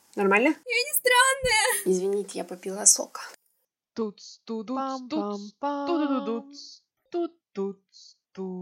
Нормально? Я не странная. Извините, я попила сока. Туц, тудуц, туц, тудудуц, тут-туц,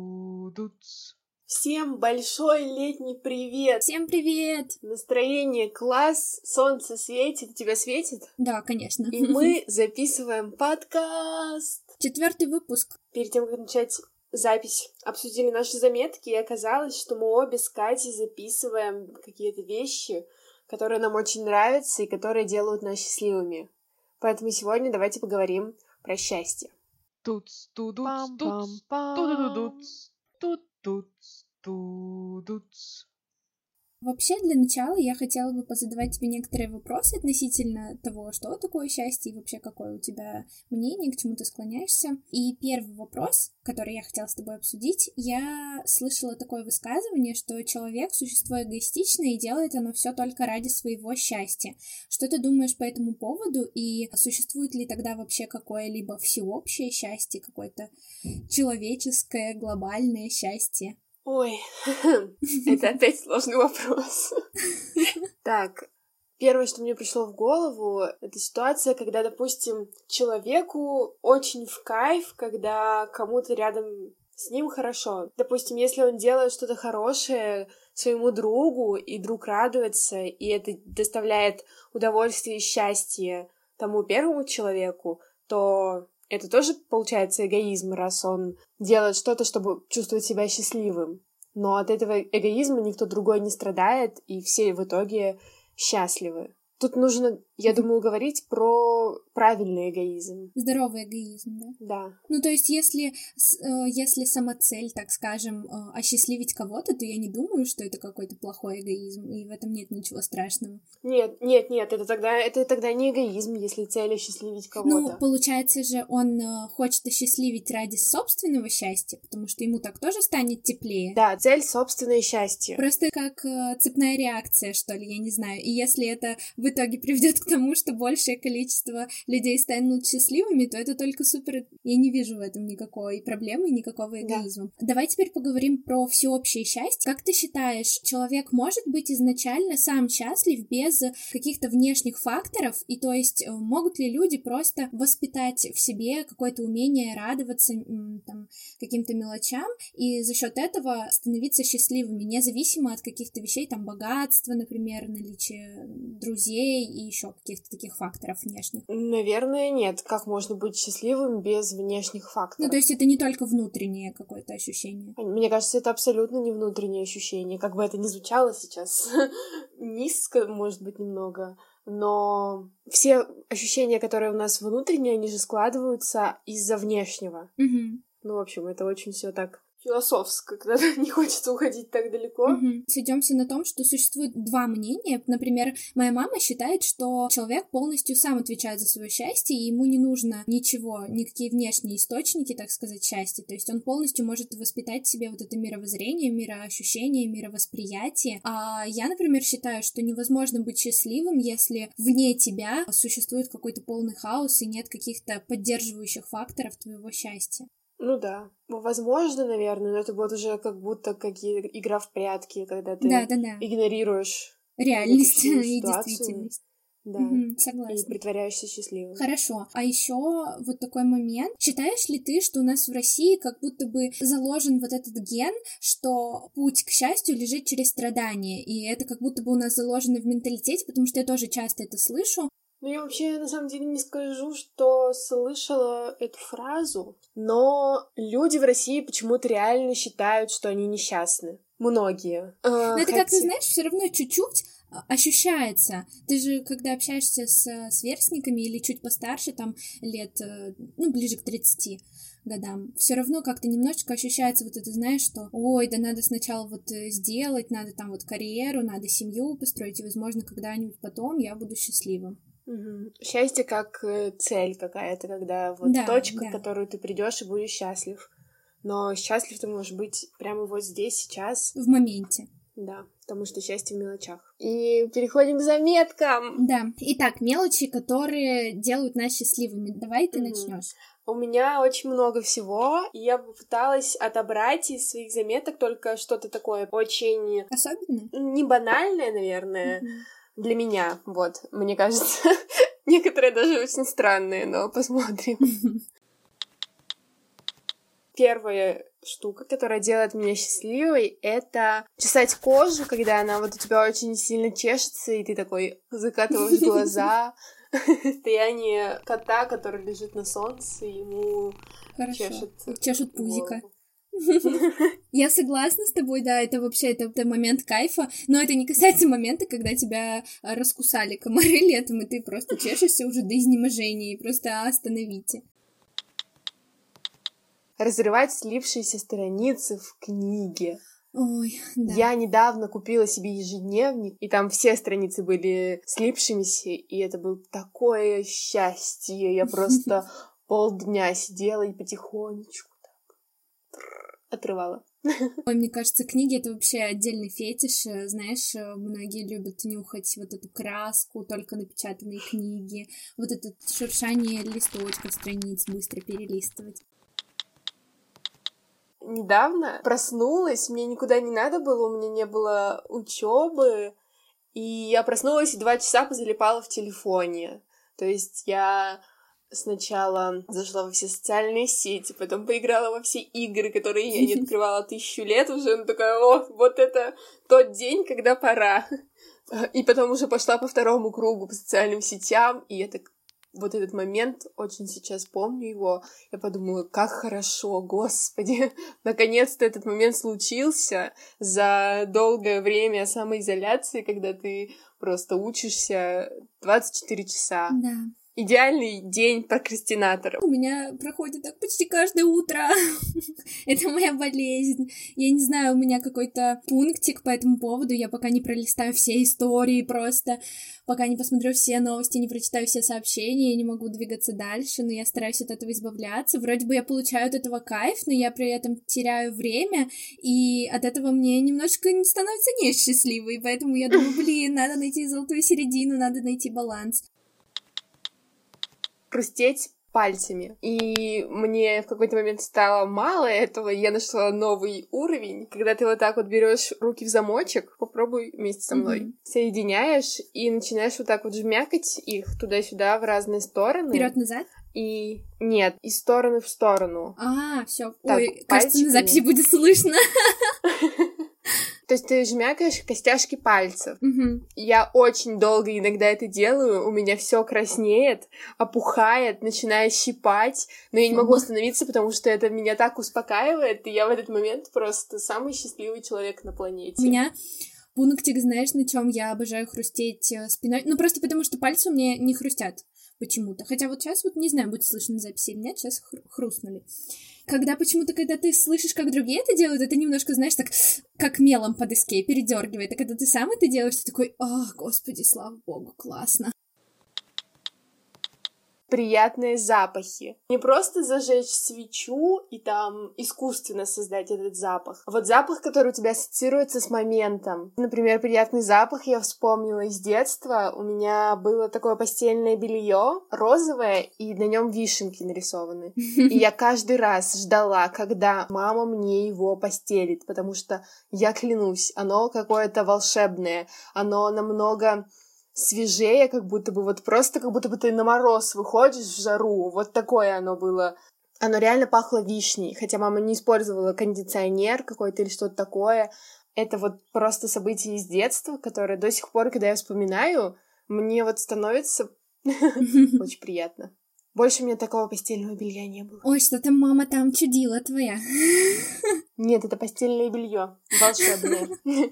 тудуц. Всем большой летний привет! Всем привет! Настроение класс, солнце светит. У тебя светит? Да, конечно. И мы записываем подкаст. 4-й выпуск. Перед тем, как начать запись, обсудили наши заметки, и оказалось, что мы обе с Катей записываем какие-то вещи, которые нам очень нравятся и которые делают нас счастливыми. Поэтому сегодня давайте поговорим про счастье. Туц, тудуц, туц, тудудуц, тут-туц, тудуц. Вообще, для начала я хотела бы позадавать тебе некоторые вопросы относительно того, что такое счастье и вообще какое у тебя мнение, к чему ты склоняешься. И первый вопрос, который я хотела с тобой обсудить, я слышала такое высказывание, что человек — существо эгоистичное, и делает оно все только ради своего счастья. Что ты думаешь по этому поводу, и существует ли тогда вообще какое-либо всеобщее счастье, какое-то человеческое, глобальное счастье? Ой, это опять сложный вопрос. Так, первое, что мне пришло в голову, это ситуация, когда, допустим, человеку очень в кайф, когда кому-то рядом с ним хорошо. Допустим, если он делает что-то хорошее своему другу, и друг радуется, и это доставляет удовольствие и счастье тому первому человеку, то это тоже получается эгоизм, раз он делает что-то, чтобы чувствовать себя счастливым. Но от этого эгоизма никто другой не страдает, и все в итоге счастливы. Тут нужно, я думаю, говорить про правильный эгоизм. Здоровый эгоизм, да? Да. Ну, то есть, если сама цель, так скажем, осчастливить кого-то, то я не думаю, что это какой-то плохой эгоизм, и в этом нет ничего страшного. Нет, это тогда не эгоизм, если цель осчастливить кого-то. Ну, получается же, он хочет осчастливить ради собственного счастья, потому что ему так тоже станет теплее. Да, цель — собственное счастье. Просто как цепная реакция, что ли, я не знаю. И если это в итоге приведет к тому, что большее количество людей станут счастливыми, то это только супер. Я не вижу в этом никакой проблемы, никакого эгоизма. Да. Давай теперь поговорим про всеобщее счастье. Как ты считаешь, человек может быть изначально сам счастлив без каких-то внешних факторов? И то есть могут ли люди просто воспитать в себе какое-то умение радоваться там, каким-то мелочам и за счет этого становиться счастливыми, независимо от каких-то вещей, там, богатства, например, наличия друзей и еще каких-то таких факторов внешних? Наверное, нет. Как можно быть счастливым без внешних факторов? Ну, то есть это не только внутреннее какое-то ощущение? Мне кажется, это абсолютно не внутреннее ощущение. Как бы это ни звучало сейчас низко, может быть, немного, но все ощущения, которые у нас внутренние, они же складываются из-за внешнего. Угу. Ну, в общем, это очень все так философско, когда не хочется уходить так далеко. Сойдемся на том, что существует два мнения. Например, моя мама считает, что человек полностью сам отвечает за свое счастье, и ему не нужно ничего, никакие внешние источники, так сказать, счастья. То есть он полностью может воспитать в себе вот это мировоззрение, мироощущение, мировосприятие. А я, например, считаю, что невозможно быть счастливым, если вне тебя существует какой-то полный хаос и нет каких-то поддерживающих факторов твоего счастья. Ну да, возможно, наверное, но это будет уже как будто игра в прятки, когда ты игнорируешь реальность и действительность. Да, согласна. И притворяешься счастливым. Хорошо. А еще вот такой момент. Считаешь ли ты, что у нас в России как будто бы заложен вот этот ген, что путь к счастью лежит через страдания, и это как будто бы у нас заложено в менталитете, потому что я тоже часто это слышу. Ну, я вообще, на самом деле, не скажу, что слышала эту фразу, но люди в России почему-то реально считают, что они несчастны. Многие. Но это как ты знаешь, все равно чуть-чуть ощущается. Ты же, когда общаешься с сверстниками или чуть постарше, там, лет, ближе к 30 годам, все равно как-то немножечко ощущается вот это, знаешь, что ой, да надо сначала вот сделать, надо там вот карьеру, надо семью построить, и, возможно, когда-нибудь потом я буду счастливым. Счастье как цель какая-то, когда вот точка, к которой ты придешь и будешь счастлив. Но счастлив ты можешь быть прямо вот здесь, сейчас. В моменте. Да, потому что счастье в мелочах. И переходим к заметкам. Да. Итак, мелочи, которые делают нас счастливыми. Давай ты начнешь. У меня очень много всего, и я попыталась отобрать из своих заметок только что-то такое очень... Особенное? Не банальное, наверное, Для меня, вот, мне кажется, некоторые даже очень странные, но посмотрим. Первая штука, которая делает меня счастливой, это чесать кожу, когда она вот у тебя очень сильно чешется, и ты такой закатываешь глаза. Состояние кота, который лежит на солнце, ему чешет пузико. Я согласна с тобой, да, это вообще это момент кайфа, но это не касается момента, когда тебя раскусали комары летом, и ты просто чешешься уже до изнеможения, и просто остановите. Разрывать слипшиеся страницы в книге. Ой, да. Я недавно купила себе ежедневник, и там все страницы были слипшимися, и это было такое счастье. Я просто полдня сидела и потихонечку так отрывала. Ой, мне кажется, книги — это вообще отдельный фетиш. Знаешь, многие любят нюхать вот эту краску, только напечатанные книги, вот это шуршание листочков, страниц, быстро перелистывать. Недавно проснулась, мне никуда не надо было, у меня не было учебы, и я проснулась и 2 часа позалипала в телефоне. То есть я сначала зашла во все социальные сети, потом поиграла во все игры, которые я не открывала 1000 лет уже, ну такая, о, вот это тот день, когда пора. И потом уже пошла по 2-му кругу по социальным сетям, и я так вот этот момент, очень сейчас помню его, я подумала, как хорошо, господи, наконец-то этот момент случился за долгое время самоизоляции, когда ты просто учишься 24 часа. Да. Идеальный день прокрастинатора. У меня проходит так почти каждое утро. Это моя болезнь. Я не знаю, у меня какой-то пунктик по этому поводу. Я пока не пролистаю все истории просто, пока не посмотрю все новости, не прочитаю все сообщения, я не могу двигаться дальше, но я стараюсь от этого избавляться. Вроде бы я получаю от этого кайф, но я при этом теряю время, и от этого мне немножко становится несчастливой, поэтому я думаю, надо найти золотую середину, надо найти баланс. Хрустеть пальцами. И мне в какой-то момент стало мало этого, и я нашла новый уровень, когда ты вот так вот берешь руки в замочек, попробуй вместе со мной, соединяешь и начинаешь вот так вот жмякать их туда-сюда в разные стороны. Вперед-назад? И нет, из стороны в сторону. Все. Так, ой, кажется, на записи будет слышно. То есть ты жмякаешь костяшки пальцев. Я очень долго иногда это делаю, у меня все краснеет, опухает, начинает щипать, но я не могу остановиться, потому что это меня так успокаивает, и я в этот момент просто самый счастливый человек на планете. У меня пунктик, знаешь, на чем я обожаю хрустеть спиной? Ну, просто потому что пальцы у меня не хрустят почему-то. Хотя вот сейчас, вот не знаю, будет слышно на записи или нет, сейчас хрустнули. Когда почему-то, когда ты слышишь, как другие это делают, это немножко, знаешь, так, как мелом по доске передергивает. А когда ты сам это делаешь, ты такой, господи, слава богу, классно. Приятные запахи. Не просто зажечь свечу и там искусственно создать этот запах. А вот запах, который у тебя ассоциируется с моментом. Например, приятный запах я вспомнила из детства. У меня было такое постельное белье розовое, и на нем вишенки нарисованы. И я каждый раз ждала, когда мама мне его постелит, потому что, я клянусь, оно какое-то волшебное. Оно намного свежее, как будто бы, вот просто как будто бы ты на мороз выходишь в жару. Вот такое оно было. Оно реально пахло вишней, хотя мама не использовала кондиционер какой-то или что-то такое. Это вот просто событие из детства, которое до сих пор, когда я вспоминаю, мне вот становится очень приятно. Больше у меня такого постельного белья не было. Ой, что-то мама там чудила твоя. Нет, это постельное белье волшебное.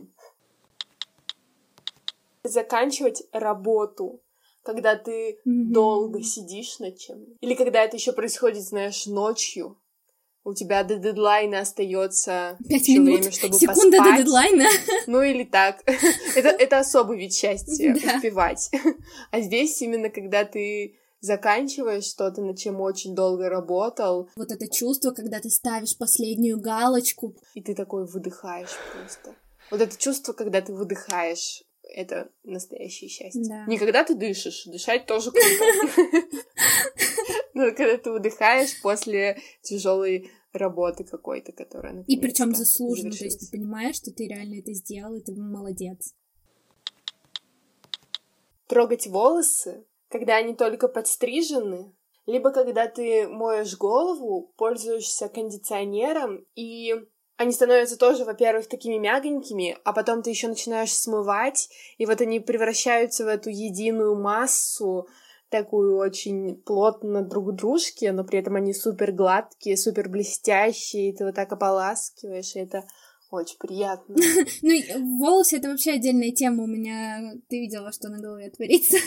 Заканчивать работу, когда ты долго сидишь над чем-то. Или когда это еще происходит, знаешь, ночью. У тебя до дедлайна остается 5 минут, время, чтобы секунда поспать. До дедлайна. Ну или так. Это особый вид счастья, успевать. А здесь именно когда ты заканчиваешь что-то, над чем очень долго работал. Вот это чувство, когда ты ставишь последнюю галочку. И ты такой выдыхаешь просто. Вот это чувство, когда ты выдыхаешь. Это настоящее счастье. Да. Не когда ты дышишь, дышать тоже круто. Но когда ты выдыхаешь после тяжелой работы какой-то, которая... И причем заслуженно, то есть ты понимаешь, что ты реально это сделал, и ты молодец. трогать волосы, когда они только подстрижены, либо когда ты моешь голову, пользуешься кондиционером, и они становятся тоже, во-первых, такими мягонькими, а потом ты еще начинаешь смывать, и вот они превращаются в эту единую массу, такую очень плотно друг к дружке, но при этом они супер гладкие, супер блестящие, и ты вот так ополаскиваешь, и это очень приятно. Ну, волосы — это вообще отдельная тема у меня. Ты видела, что на голове творится.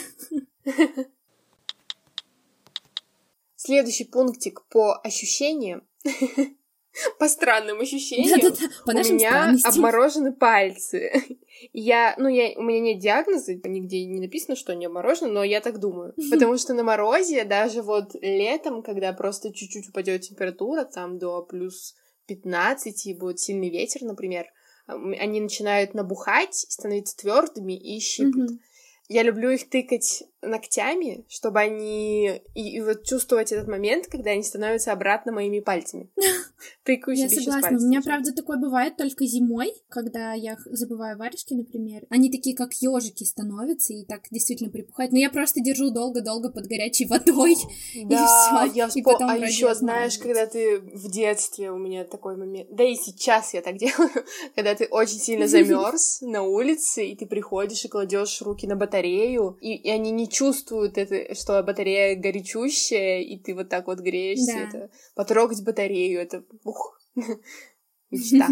Следующий пунктик по ощущениям. По странным ощущениям. Да-да-да, по нашим у меня странностям. обморожены пальцы. У меня нет диагноза, нигде не написано, что они обморожены, но я так думаю. Потому что на морозе, даже вот летом, когда просто чуть-чуть упадет температура, там до плюс 15, и будет сильный ветер, например, они начинают набухать, становятся твердыми и щиплют. Я люблю их тыкать ногтями, чтобы они... И вот чувствовать этот момент, когда они становятся обратно моими пальцами. Тыкаю себе сейчас пальцы. Я согласна. У меня, правда, такое бывает только зимой, когда я забываю варежки, например. Они такие, как ежики, становятся и так действительно припухают. Но я просто держу долго-долго под горячей водой. Да, и всё. А еще знаешь, когда ты в детстве, у меня такой момент... Да и сейчас я так делаю. Когда ты очень сильно замерз на улице, и ты приходишь и кладешь руки на батарею, и они не чувствуют это, что батарея горячущая, и ты вот так вот греешься. Да. Это потрогать батарею, это мечта.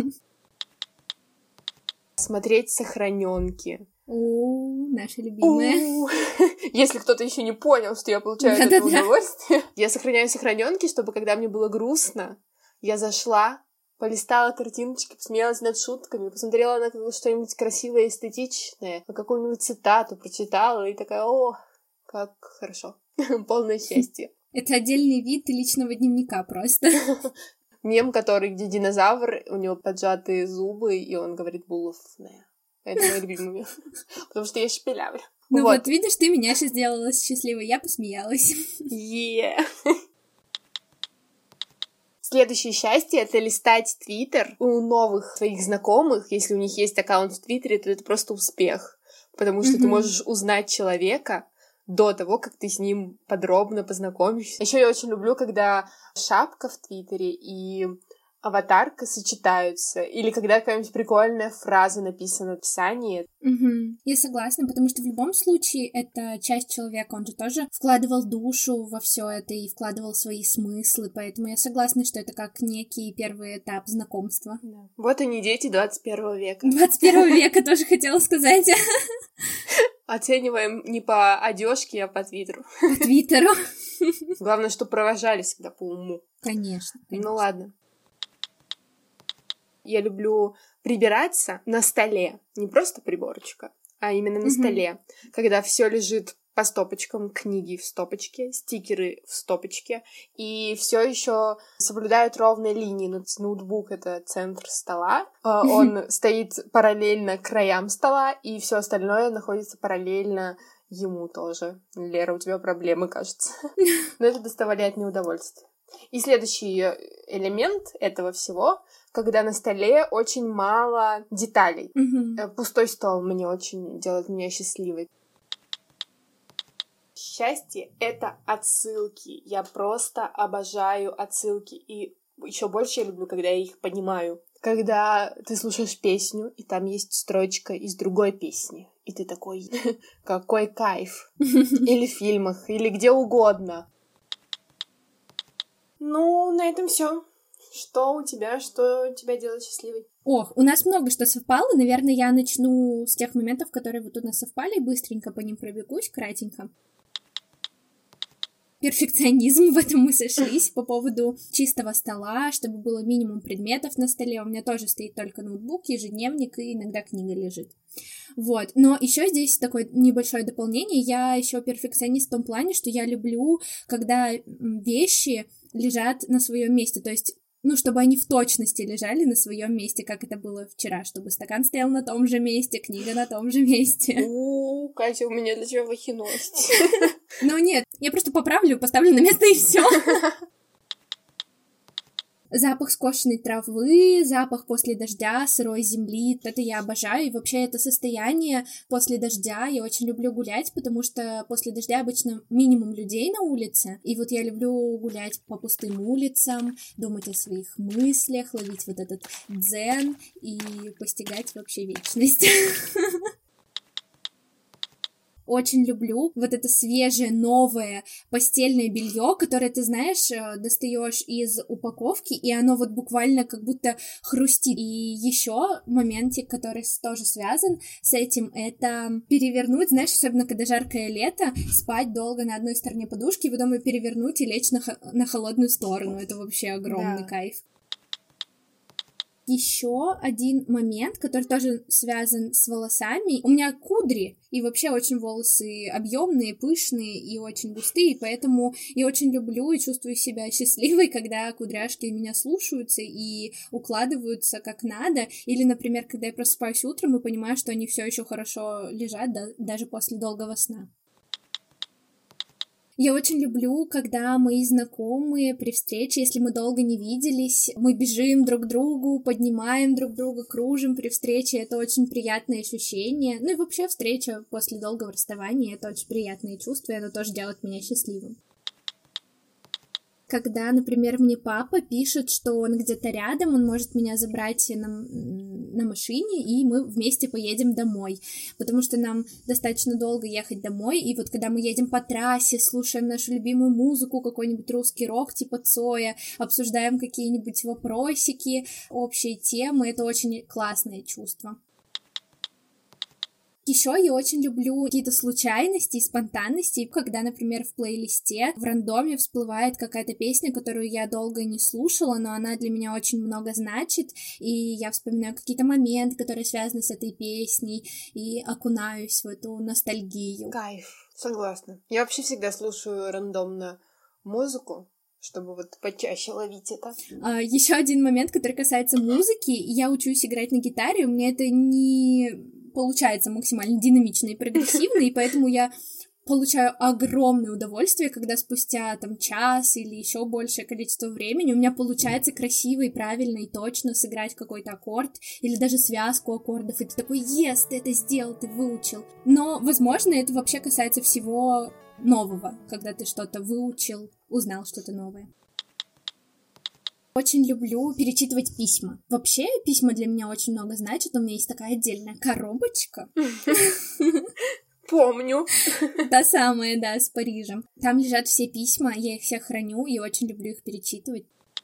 Смотреть сохраненки. Наша любимая. Если кто-то еще не понял, что я получаю от этого удовольствие. Я сохраняю сохраненки, чтобы когда мне было грустно, я зашла, полистала картиночки, посмеялась над шутками, посмотрела на что-нибудь красивое, эстетичное, на какую-нибудь цитату прочитала, и такая: о, как хорошо. Полное счастье. Это отдельный вид личного дневника просто. Мем, где динозавр, у него поджатые зубы, и он говорит «буловная». Это мой любимый мем. Потому что я шепелявлю. Ну вот, видишь, ты меня сейчас сделала счастливой, я посмеялась. Следующее счастье — это листать Твиттер у новых своих знакомых. Если у них есть аккаунт в Твиттере, то это просто успех. Потому что ты можешь узнать человека до того, как ты с ним подробно познакомишься. Еще я очень люблю, когда шапка в Твиттере и аватарка сочетаются, или когда какая-нибудь прикольная фраза написана в описании. Я согласна, потому что в любом случае это часть человека, он же тоже вкладывал душу во все это и вкладывал свои смыслы, поэтому я согласна, что это как некий первый этап знакомства. Да. Вот они, дети 21 века. 21 века тоже хотела сказать. Оцениваем не по одежке, а по Твиттеру. По Твиттеру. Главное, что провожали всегда по уму. Конечно. Ну ладно. Я люблю прибираться на столе. Не просто приборочка, а именно на столе. Когда все лежит по стопочкам, книги в стопочке, стикеры в стопочке, и все еще соблюдают ровные линии. Ноутбук — это центр стола, он стоит параллельно краям стола, и все остальное находится параллельно ему тоже. Лера, у тебя проблемы, кажется. Но это доставляет мне удовольствие. И следующий элемент этого всего, когда на столе очень мало деталей. Пустой стол делает меня счастливой. Счастье — это отсылки. Я просто обожаю отсылки. И еще больше я люблю, когда я их понимаю. Когда ты слушаешь песню, и там есть строчка из другой песни. И ты такой: какой кайф. Или в фильмах, или где угодно. Ну, на этом все. Что тебя делает счастливой? Ох, у нас много что совпало. Наверное, я начну с тех моментов, которые вот у нас совпали, и быстренько по ним пробегусь, кратенько. Перфекционизм, в этом мы сошлись по поводу чистого стола, чтобы было минимум предметов на столе. У меня тоже стоит только ноутбук, ежедневник и иногда книга лежит. Вот, но еще здесь такое небольшое дополнение. Я еще перфекционист в том плане, что я люблю, когда вещи лежат на своем месте, то есть, чтобы они в точности лежали на своем месте, как это было вчера, чтобы стакан стоял на том же месте, книга на том же месте. Катя, у меня для тебя плохие новости. Ну нет, я просто поправлю, поставлю на место и все. Запах скошенной травы, запах после дождя, сырой земли, это я обожаю, и вообще это состояние после дождя, я очень люблю гулять, потому что после дождя обычно минимум людей на улице, и вот я люблю гулять по пустым улицам, думать о своих мыслях, ловить вот этот дзен и постигать вообще вечность. Очень люблю вот это свежее, новое постельное белье, которое, ты знаешь, достаешь из упаковки, и оно вот буквально как будто хрустит. И еще моментик, который тоже связан с этим, это перевернуть, знаешь, особенно когда жаркое лето, спать долго на одной стороне подушки, и потом ее перевернуть и лечь на холодную сторону. Это вообще огромный кайф. Еще один момент, который тоже связан с волосами. У меня кудри, и вообще очень волосы объемные, пышные и очень густые, поэтому я очень люблю и чувствую себя счастливой, когда кудряшки меня слушаются и укладываются как надо. Или, например, когда я просыпаюсь утром и понимаю, что они все еще хорошо лежат, даже после долгого сна. Я очень люблю, когда мои знакомые при встрече, если мы долго не виделись, мы бежим друг к другу, поднимаем друг друга, кружим при встрече. Это очень приятное ощущение. Ну и вообще встреча после долгого расставания — это очень приятное чувство, и оно тоже делает меня счастливым. Когда, например, мне папа пишет, что он где-то рядом, он может меня забрать на машине, и мы вместе поедем домой, потому что нам достаточно долго ехать домой, и вот когда мы едем по трассе, слушаем нашу любимую музыку, какой-нибудь русский рок типа Цоя, обсуждаем какие-нибудь вопросики, общие темы, это очень классное чувство. Еще я очень люблю какие-то случайности и спонтанности, когда, например, в плейлисте в рандоме всплывает какая-то песня, которую я долго не слушала, но она для меня очень много значит, и я вспоминаю какие-то моменты, которые связаны с этой песней, и окунаюсь в эту ностальгию. Кайф, согласна. Я вообще всегда слушаю рандомно музыку, чтобы вот почаще ловить это. Еще один момент, который касается музыки. Я учусь играть на гитаре, у меня это не получается максимально динамично и прогрессивно, и поэтому я получаю огромное удовольствие, когда спустя там час или еще большее количество времени у меня получается красиво и правильно и точно сыграть какой-то аккорд или даже связку аккордов, и ты такой: «Ес, ты это сделал, ты выучил». Но, возможно, это вообще касается всего нового, когда ты что-то выучил, узнал что-то новое. Очень люблю перечитывать письма. Вообще, письма для меня очень много значат. У меня есть такая отдельная коробочка. Помню. Та самая, да, с Парижем. Там лежат все письма, я их все храню и очень люблю их перечитывать.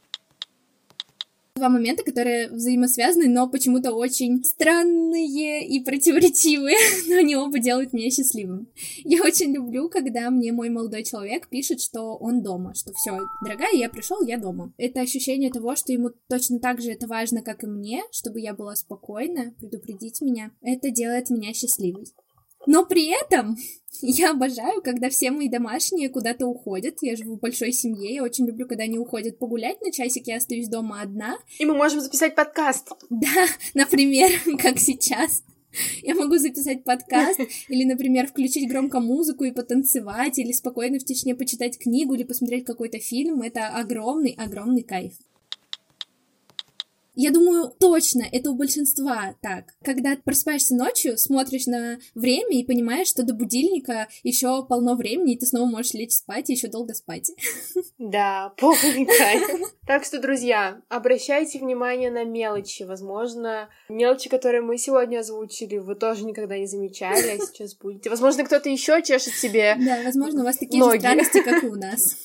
Два момента, которые взаимосвязаны, но почему-то очень странные и противоречивые, но они оба делают меня счастливым. Я очень люблю, когда мне мой молодой человек пишет, что он дома, что все, дорогая, я пришел, я дома. Это ощущение того, что ему точно так же это важно, как и мне, чтобы я была спокойна, предупредить меня. Это делает меня счастливой. Но при этом я обожаю, когда все мои домашние куда-то уходят. Я живу в большой семье, я очень люблю, когда они уходят погулять на часик, я остаюсь дома одна. И мы можем записать подкаст. Да, например, как сейчас. Я могу записать подкаст, или, например, включить громко музыку и потанцевать, или спокойно в тишине почитать книгу, или посмотреть какой-то фильм. Это огромный кайф. Я думаю, точно, это у большинства так. Когда просыпаешься ночью, смотришь на время и понимаешь, что до будильника еще полно времени, и ты снова можешь лечь спать и еще долго спать. Да, полный кайф. Так что, друзья, обращайте внимание на мелочи. Возможно, мелочи, которые мы сегодня озвучили, вы тоже никогда не замечали, а сейчас будете. Возможно, кто-то еще чешет себе ноги. Да, возможно, у вас такие же странности, как и у нас.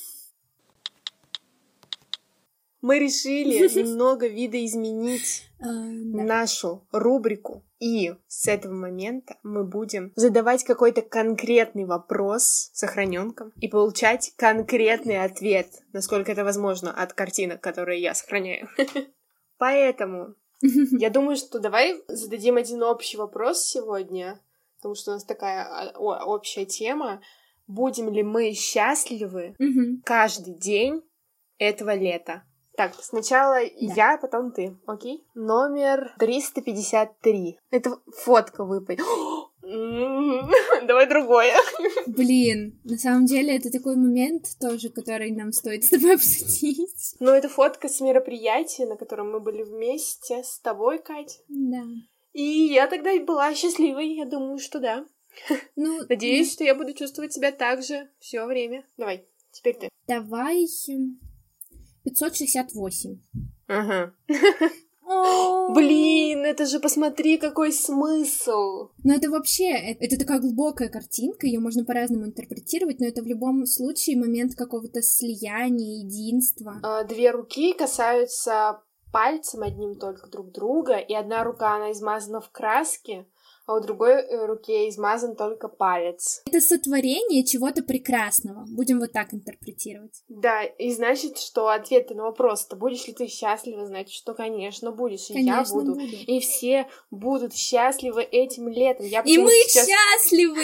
Мы решили немного видоизменить нашу рубрику, и с этого момента мы будем задавать какой-то конкретный вопрос сохраненкам и получать конкретный ответ, насколько это возможно, от картинок, которые я сохраняю. Поэтому я думаю, что давай зададим один общий вопрос сегодня, потому что у нас такая общая тема. Будем ли мы счастливы каждый день этого лета? Так, сначала я, потом ты, окей? Номер 353. Это фотка выпадет. давай другое. Блин, на самом деле это такой момент тоже, который нам стоит с тобой обсудить. Ну, это фотка с мероприятия, на котором мы были вместе с тобой, Кать. Да. И я тогда была счастливой, я думаю, что да. Ну, Надеюсь, что я буду чувствовать себя так же все время. Давай, теперь ты. Давай 568. Ага. О, Блин, это же посмотри, какой смысл. Ну это вообще, это такая глубокая картинка, ее можно по-разному интерпретировать, но это в любом случае момент какого-то слияния, единства. Две руки касаются пальцем одним только друг друга, и одна рука, она измазана в краске, а у другой руке измазан только палец. Это сотворение чего-то прекрасного, будем вот так интерпретировать. Да, и значит, что ответ на вопрос, то будешь ли ты счастлива, значит, что, конечно, будешь, и Конечно, я буду. буду. И все будут счастливы этим летом. И мы счастливы!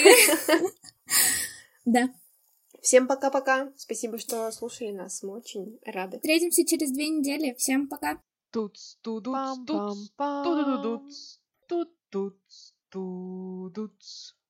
Да. Всем пока-пока. Спасибо, что слушали нас. Мы очень рады. Встретимся через 2 недели. Всем пока. Туц, тудуц, туц, тудудуц, тут, туц, тудуц.